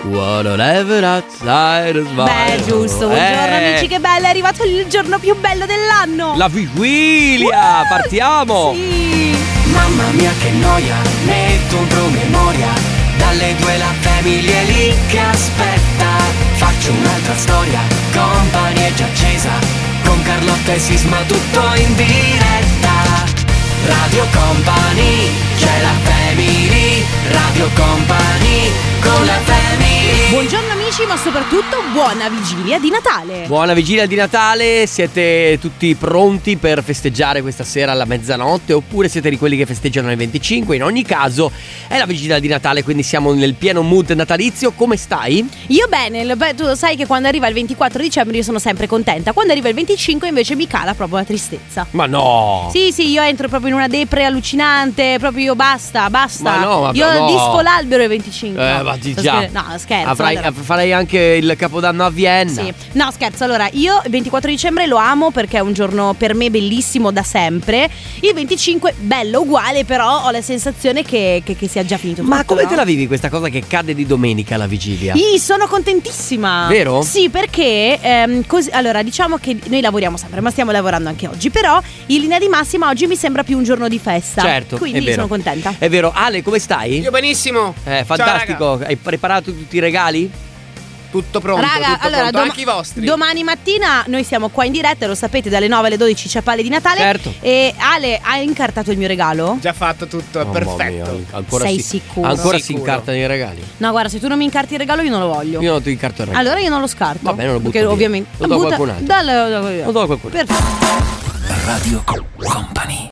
Whatever outside is Beh, giusto. Buongiorno amici, che bello, è arrivato il giorno più bello dell'anno. La vigilia, partiamo. Sì. Mamma mia che noia, metto un promemoria. Dalle 2 la famiglia è lì che aspetta. Faccio un'altra storia, Company è già accesa. Con Carlotta e Sisma tutto in diretta. Radio Company, c'è la family. Radio Company, con la family. Buongiorno amici, ma soprattutto buona vigilia di Natale. Buona vigilia di Natale, siete tutti pronti per festeggiare questa sera alla mezzanotte oppure siete di quelli che festeggiano il 25? In ogni caso è la vigilia di Natale, quindi siamo nel pieno mood natalizio. Come stai? Io bene, tu lo sai che quando arriva il 24 dicembre io sono sempre contenta. Quando arriva il 25 invece mi cala proprio la tristezza. Ma no! Sì, io entro proprio in una depre allucinante. Proprio io basta. Ma no, io no. disfo l'albero il 25. Ma di già. No, scherzo. Farei anche il Capodanno a Vienna. Sì. No, scherzo, allora io il 24 dicembre lo amo perché è un giorno per me bellissimo da sempre. Il 25 bello uguale, però ho la sensazione che sia già finito tutto. Ma come no? te la vivi questa cosa che cade di domenica la vigilia? Io sono contentissima. Vero? Sì, perché così, allora diciamo che noi lavoriamo sempre, ma stiamo lavorando anche oggi. Però in linea di massima oggi mi sembra più un giorno di festa. Certo, quindi è vero. sono contenta. È vero. Ale, come stai? Io benissimo. Fantastico. Ciao, hai preparato tutti i regali? tutto pronto, Raga, tutto allora pronto, anche i vostri. Domani mattina noi siamo qua in diretta, lo sapete, dalle 9 alle 12 c'è Palle di Natale. Certo. E Ale, hai incartato il mio regalo? Già fatto tutto, è perfetto. Ancora Sei sicuro? Ancora si Sicuro. incartano i regali. No, guarda, se tu non mi incarti il regalo io non lo voglio. Io non ti incarto il regalo. Allora io non lo scarto. Va bene, lo butto perché via. ovviamente Lo do a qualcun altro. Lo do a qualcun altro. Perfetto. Radio Company.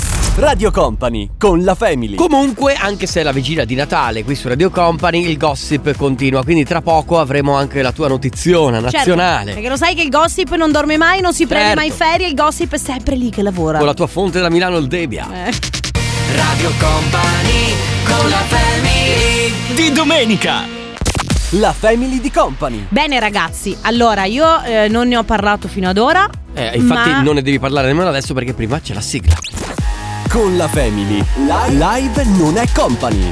Radio Company con la Family. Comunque, anche se è la vigilia di Natale qui su Radio Company, il gossip continua. Quindi tra poco avremo anche la tua notiziona nazionale. Certo, perché lo sai che il gossip non dorme mai, non si prende Certo. mai ferie. Il gossip è sempre lì che lavora. Con la tua fonte da Milano, il Debbia. Radio Company con la family. Di domenica. La Family di Company. Bene ragazzi, allora io non ne ho parlato fino ad ora. Infatti ma... non ne devi parlare nemmeno adesso perché prima c'è la sigla. Con la Family. Live non è company.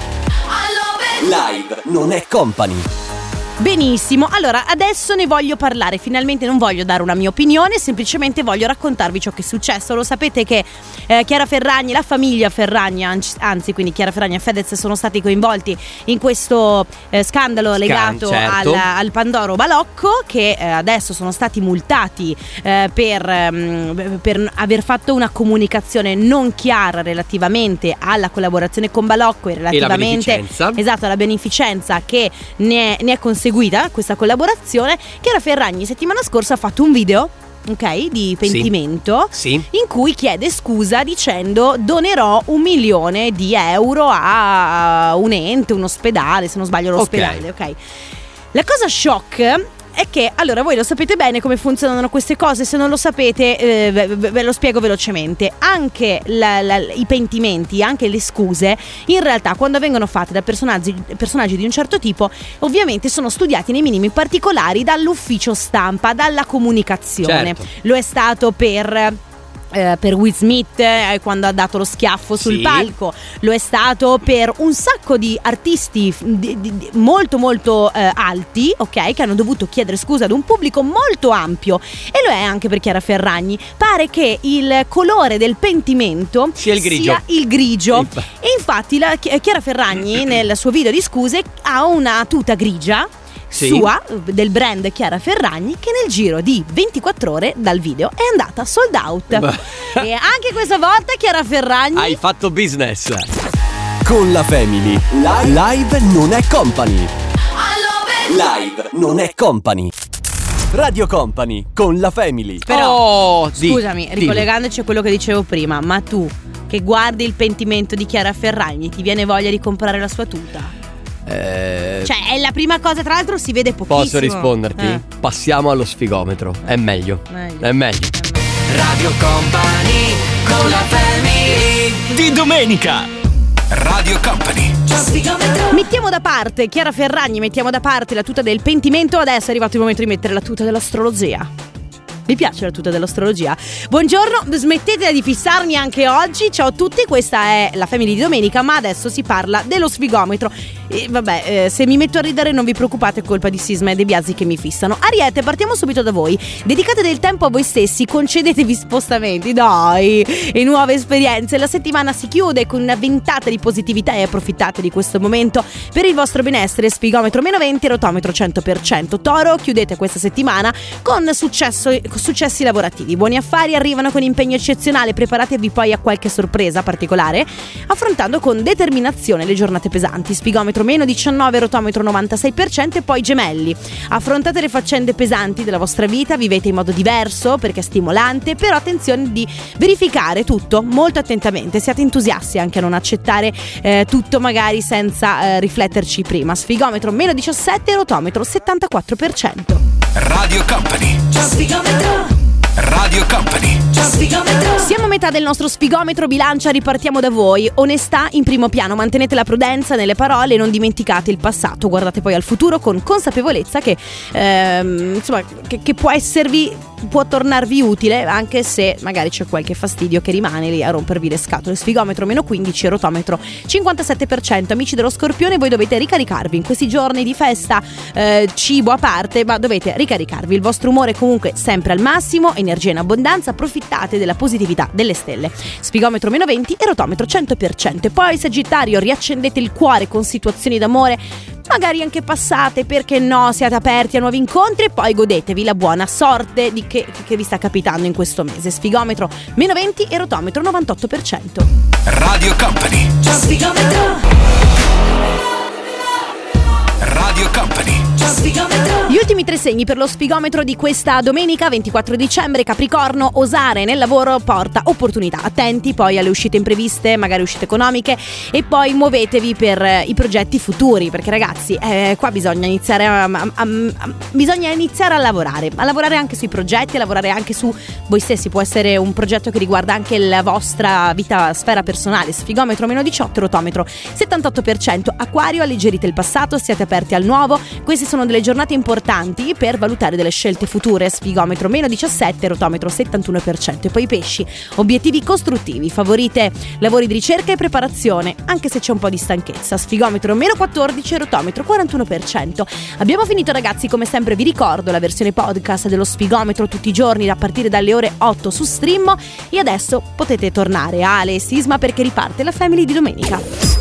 Live non è company. Benissimo, allora adesso ne voglio parlare. Finalmente non voglio dare una mia opinione, semplicemente voglio raccontarvi ciò che è successo. Lo sapete che Chiara Ferragni, la famiglia Ferragni, anzi quindi Chiara Ferragni e Fedez sono stati coinvolti in questo scandalo legato certo. al Pandoro Balocco, che adesso sono stati multati per aver fatto una comunicazione non chiara relativamente alla collaborazione con Balocco e relativamente beneficenza. Esatto, alla beneficenza che ne è conseguita questa collaborazione. Chiara Ferragni settimana scorsa ha fatto un video, ok, di pentimento, Sì. in cui chiede scusa dicendo: donerò 1 milione di euro a un ente, un ospedale, se non sbaglio l'ospedale, ok. La cosa shock è che, allora, voi lo sapete bene come funzionano queste cose. Se non lo sapete ve lo spiego velocemente. Anche i pentimenti, anche le scuse, in realtà quando vengono fatte da personaggi di un certo tipo, ovviamente sono studiati nei minimi particolari dall'ufficio stampa, dalla comunicazione. Certo. Lo è stato per Will Smith quando ha dato lo schiaffo sul Sì. palco, lo è stato per un sacco di artisti molto molto alti, ok, che hanno dovuto chiedere scusa ad un pubblico molto ampio, e lo è anche per Chiara Ferragni. Pare che il colore del pentimento sia il grigio. E infatti Chiara Ferragni nel suo video di scuse ha una tuta grigia, Sì. sua, del brand Chiara Ferragni, che nel giro di 24 ore dal video è andata sold out. E anche questa volta Chiara Ferragni Hai fatto business. Con la Family. Live non è company. Live non è company. Radio Company con la Family. Però Di- scusami, dimmi. ricollegandoci a quello che dicevo prima, ma tu che guardi il pentimento di Chiara Ferragni ti viene voglia di comprare la sua tuta? Cioè è la prima cosa, tra l'altro si vede pochissimo. Posso risponderti? Passiamo allo sfigometro. È meglio. Meglio. È meglio. Radio Company con la family. Di domenica. Radio Company. Mettiamo da parte Chiara Ferragni, mettiamo da parte la tuta del pentimento. Adesso è arrivato il momento di mettere la tuta dell'astrologia. Vi piace la tuta dell'astrologia? Buongiorno, smettetela di fissarmi anche oggi. Ciao a tutti, questa è la Family di domenica, ma adesso si parla dello sfigometro. E vabbè, se mi metto a ridere non vi preoccupate, è colpa di Sisma e De Biasi che mi fissano. Ariete, partiamo subito da voi. Dedicate del tempo a voi stessi, concedetevi spostamenti, dai, e nuove esperienze. La settimana si chiude con una ventata di positività e approfittate di questo momento per il vostro benessere. Sfigometro -20, rotometro 100%. Toro, chiudete questa settimana con successi lavorativi. Buoni affari arrivano con impegno eccezionale. Preparatevi poi a qualche sorpresa particolare, affrontando con determinazione le giornate pesanti. Sfigometro -19, rotometro 96%. E poi Gemelli, affrontate le faccende pesanti della vostra vita, vivete in modo diverso perché è stimolante, però attenzione di verificare tutto molto attentamente. Siate entusiasti anche a non accettare tutto magari senza rifletterci prima. Sfigometro -17, rotometro 74%. Radio Company. Radio Company. Siamo a metà del nostro sfigometro bilancia, ripartiamo da voi. Onestà in primo piano, mantenete la prudenza nelle parole, non dimenticate il passato, guardate poi al futuro con consapevolezza che insomma che può tornarvi utile, anche se magari c'è qualche fastidio che rimane lì a rompervi le scatole. Sfigometro -15, rotometro 57%. Amici dello Scorpione, voi dovete ricaricarvi in questi giorni di festa, cibo a parte, ma dovete ricaricarvi. Il vostro umore comunque sempre al massimo, energia in abbondanza, approfittate della positività delle stelle. Sfigometro -20 e rotometro 100%. E poi Sagittario, riaccendete il cuore con situazioni d'amore, magari anche passate, perché no, siate aperti a nuovi incontri e poi godetevi la buona sorte che vi sta capitando in questo mese. Sfigometro -20 e rotometro 98%. Radio Company. Radio Company. Gli ultimi 3 segni per lo sfigometro di questa domenica 24 dicembre. Capricorno, osare nel lavoro porta opportunità. Attenti poi alle uscite impreviste, magari uscite economiche, e poi muovetevi per i progetti futuri, perché ragazzi qua bisogna iniziare a lavorare anche sui progetti, a lavorare anche su voi stessi. Può essere un progetto che riguarda anche la vostra vita, sfera personale. Sfigometro -18, rotometro 78%. Acquario, alleggerite il passato, siate aperti al nuovo. Queste sono delle giornate importanti per valutare delle scelte future. Sfigometro -17, rotometro 71%. E poi pesci, obiettivi costruttivi, favorite lavori di ricerca e preparazione, anche se c'è un po' di stanchezza. Sfigometro -14, rotometro 41%. Abbiamo finito ragazzi, come sempre vi ricordo la versione podcast dello sfigometro tutti i giorni a partire dalle ore 8 su Stream, e adesso potete tornare a Ale e Sisma perché riparte la Family di domenica.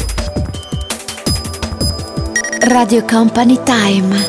Radio Company Time.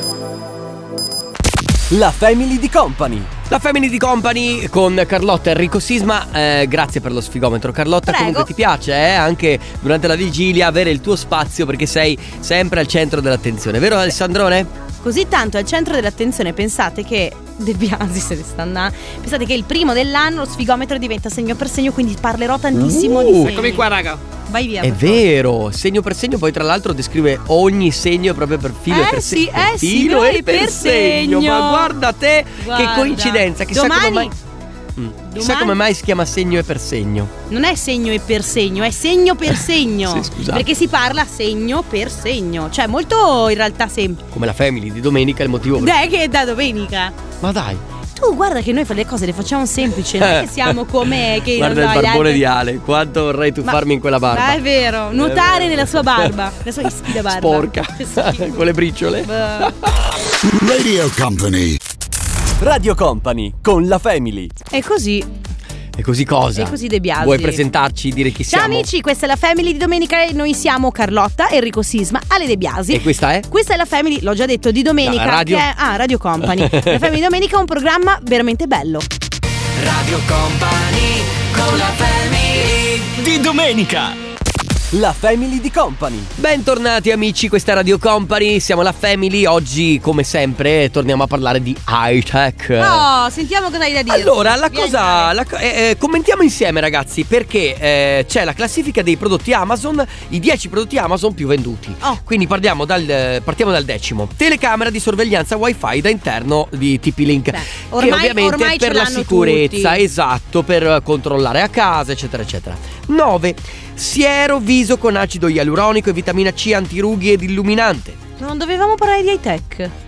La Family di Company. La Family di Company con Carlotta e Enrico Sisma. Grazie per lo sfigometro, Carlotta. Prego. Comunque ti piace anche durante la vigilia avere il tuo spazio, perché sei sempre al centro dell'attenzione, vero Alessandrone? Così tanto al centro dell'attenzione, pensate che De Biasi se ne sta andando. Pensate che il primo dell'anno lo sfigometro diventa segno per segno, quindi parlerò tantissimo di segni. Eccomi qua, raga. Vai via. È per favore. vero, segno per segno. Poi tra l'altro descrive ogni segno proprio per filo e per sì, segno. sì, Filo però e per segno. Ma guarda te, Guarda. che coincidenza. Chissà Domani- come mai. Chissà domani- come mai si chiama segno e per segno. Non è segno e per segno, è segno per segno. Sì, scusate. Perché si parla segno per segno. Cioè molto in realtà semplice. Come la Family di domenica, il motivo per... Dai che è da domenica. Ma dai, Tu guarda che noi le cose le facciamo semplici. Non è che siamo come che guarda non il so, gli barbone altri- di Ale. Quanto vorrei tuffarmi in quella barba. Ma è vero, nuotare vero. nella sua barba, la sua ispida barba. Sporca. Che schifo. Con le briciole. Beh. Radio Company. Radio Company con la Family. E così. E così cosa? E così De Biasi. Vuoi presentarci, dire chi Ciao siamo? amici, questa è la Family di domenica e noi siamo Carlotta, Enrico Sisma, Ale De Biasi. E questa è? Questa è la Family, l'ho già detto, di domenica. No, radio. Che è, Radio Company. La Family di domenica è un programma veramente bello. Radio Company con la Family Di domenica. La Family di Company. Bentornati amici, questa è Radio Company, siamo la Family. Oggi come sempre torniamo a parlare di high tech. Oh, sentiamo cosa hai da dire. Allora, la Vieni, cosa Ale. commentiamo insieme ragazzi, perché c'è la classifica dei prodotti Amazon, i 10 prodotti Amazon più venduti. Oh. Quindi partiamo dal 10. Telecamera di sorveglianza wifi da interno di TP-Link. Beh, Che ormai ovviamente ce per la l'hanno sicurezza, tutti. esatto, per controllare a casa, eccetera, eccetera. 9. Siero viso con acido ialuronico e vitamina C, antirughi ed illuminante. Non dovevamo parlare di high tech.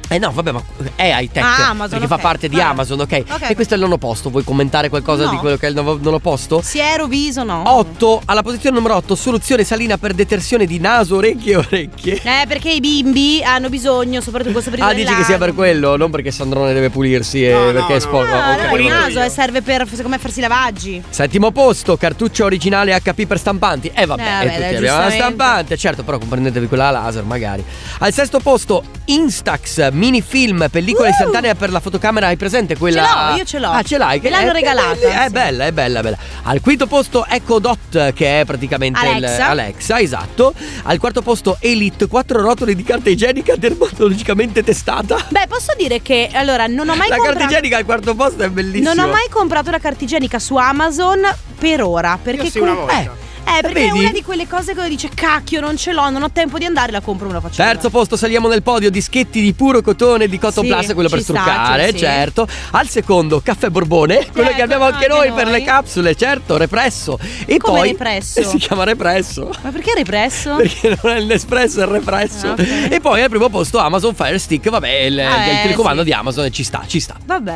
No, vabbè, ma è high tech. Amazon, perché fa parte di Amazon, ok? E questo è il nono posto. Vuoi commentare qualcosa No. di quello che è il nono posto? Si è Euroviso, no? 8, alla posizione numero 8, soluzione salina per detersione di naso, orecchie e orecchie. Perché i bimbi hanno bisogno, soprattutto in questo periodo Dici che sia per quello, non perché Sandrone deve pulirsi perché è sporco. Il naso serve per, secondo me, farsi i lavaggi. Settimo posto, cartuccio originale HP per stampanti. Vabbè, tutti abbiamo la giustamente. stampante. Certo, però comprendetevi quella a laser magari. Al sesto posto, Instax mini film, pellicola istantanea per la fotocamera. Hai presente quella? Io ce l'ho. Ah, ce l'hai? Me l'hanno regalata. È bella. Al quinto posto, Echo Dot, che è praticamente Alexa, esatto. Al quarto posto, Elite, 4 rotoli di carta igienica dermatologicamente testata. Beh, posso dire che allora non ho mai La comprato. carta igienica al quarto posto è bellissima. Non ho mai comprato la carta igienica su Amazon per ora. Perché Io sì, una volta. perché è vedi? una di quelle cose che dice cacchio, non ce l'ho, non ho tempo di andare, la compro, me la faccio. Terzo posto, saliamo nel podio, dischetti di puro cotone di Cotton Sì, Plus, quello per ci sta, struccare, sì. certo. Al secondo, caffè Borbone, quello che abbiamo anche noi per le capsule, certo, represso. E Come poi represso? si chiama represso. Ma perché represso? Perché non è l'espresso, è il represso. Ok. E poi al primo posto Amazon Fire Stick, vabbè, il telecomando sì. di Amazon e ci sta. Vabbè.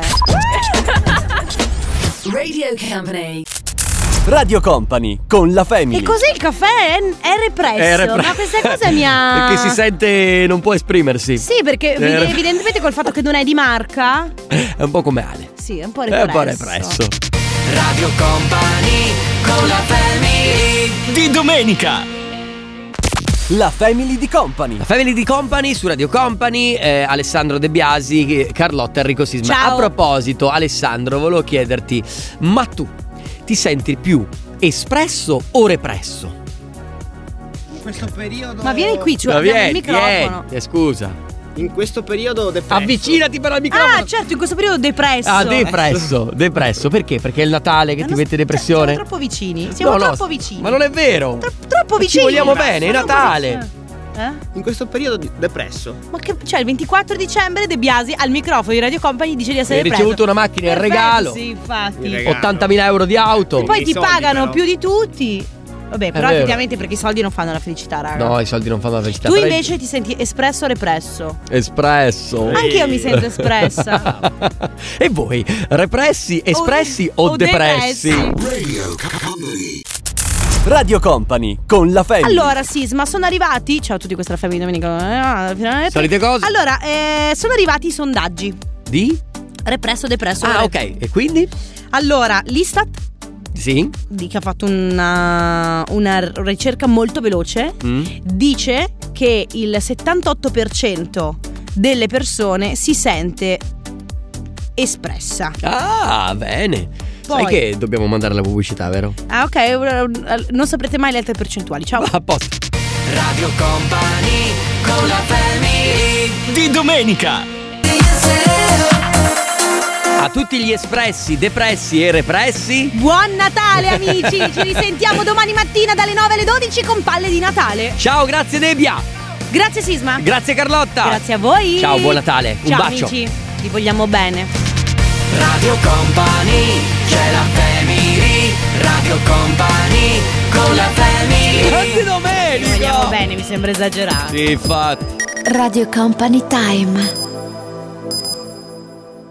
Radio Company. Radio Company con la Family. E cos'è il caffè? È represso. Ma questa cosa mi ha. Perché si sente, non può esprimersi. Sì, perché evidentemente col fatto che non è di marca. È un po' come Ale. Sì, è un po' È represso. un po' represso. Radio Company con la family. Di domenica. La Family di Company. La Family di Company su Radio Company, Alessandro De Biasi, Carlotta Enrico Sisma. Ciao. A proposito, Alessandro, volevo chiederti, ma tu ti senti più espresso o represso? In questo periodo. Ma vieni qui, Ma abbiamo il microfono. Scusa. In questo periodo depresso. Avvicinati però al microfono. Ah, certo, in questo periodo depresso. Depresso, perché? Perché è il Natale che ti mette depressione? Siamo troppo vicini. Siamo troppo vicini. Ma non è vero. Troppo Ci vicini. vogliamo bene, è Siamo Natale. In questo periodo depresso. Ma che c'è il 24 dicembre De Biasi al microfono di Radio Company dice di essere Hai depresso. ricevuto una macchina in Perfetto, regalo. Sì, infatti. In regalo. 80.000 euro di auto. E poi I ti soldi, pagano però. più di tutti. Vabbè, però vero. effettivamente perché i soldi non fanno la felicità, raga. No, i soldi non fanno la felicità. Tu però- invece ti senti espresso o represso? Espresso. Anch'io mi sento espressa. E voi, repressi, espressi o depressi? Radio Company. Radio Company con la Family. Allora, Sisma, sono arrivati. Ciao a tutti, questa è la Family Domenica. Solite cose? Allora, sono arrivati i sondaggi. Di? Represso, depresso. Ah, ok. E quindi? Allora, l'Istat Sì. che ha fatto una ricerca molto veloce dice che il 78% delle persone si sente espressa. Ah, bene. Poi- Sai che dobbiamo mandare la pubblicità, vero? Ah, ok, non saprete mai le altre percentuali. Ciao. A posto. Radio Company con la family. Di domenica. A tutti gli espressi, depressi e repressi. Buon Natale, amici! Ci risentiamo domani mattina dalle 9 alle 12 con Palle di Natale. Ciao, grazie Debbia. Grazie, Sisma. Grazie Carlotta. Grazie a voi. Ciao, buon Natale. Un Ciao, bacio. amici. Vi vogliamo bene. Radio Company, c'è la family. Radio Company con la family. Grande domenica. Vi vogliamo bene, mi sembra esagerato. Sì, infatti. Radio Company Time.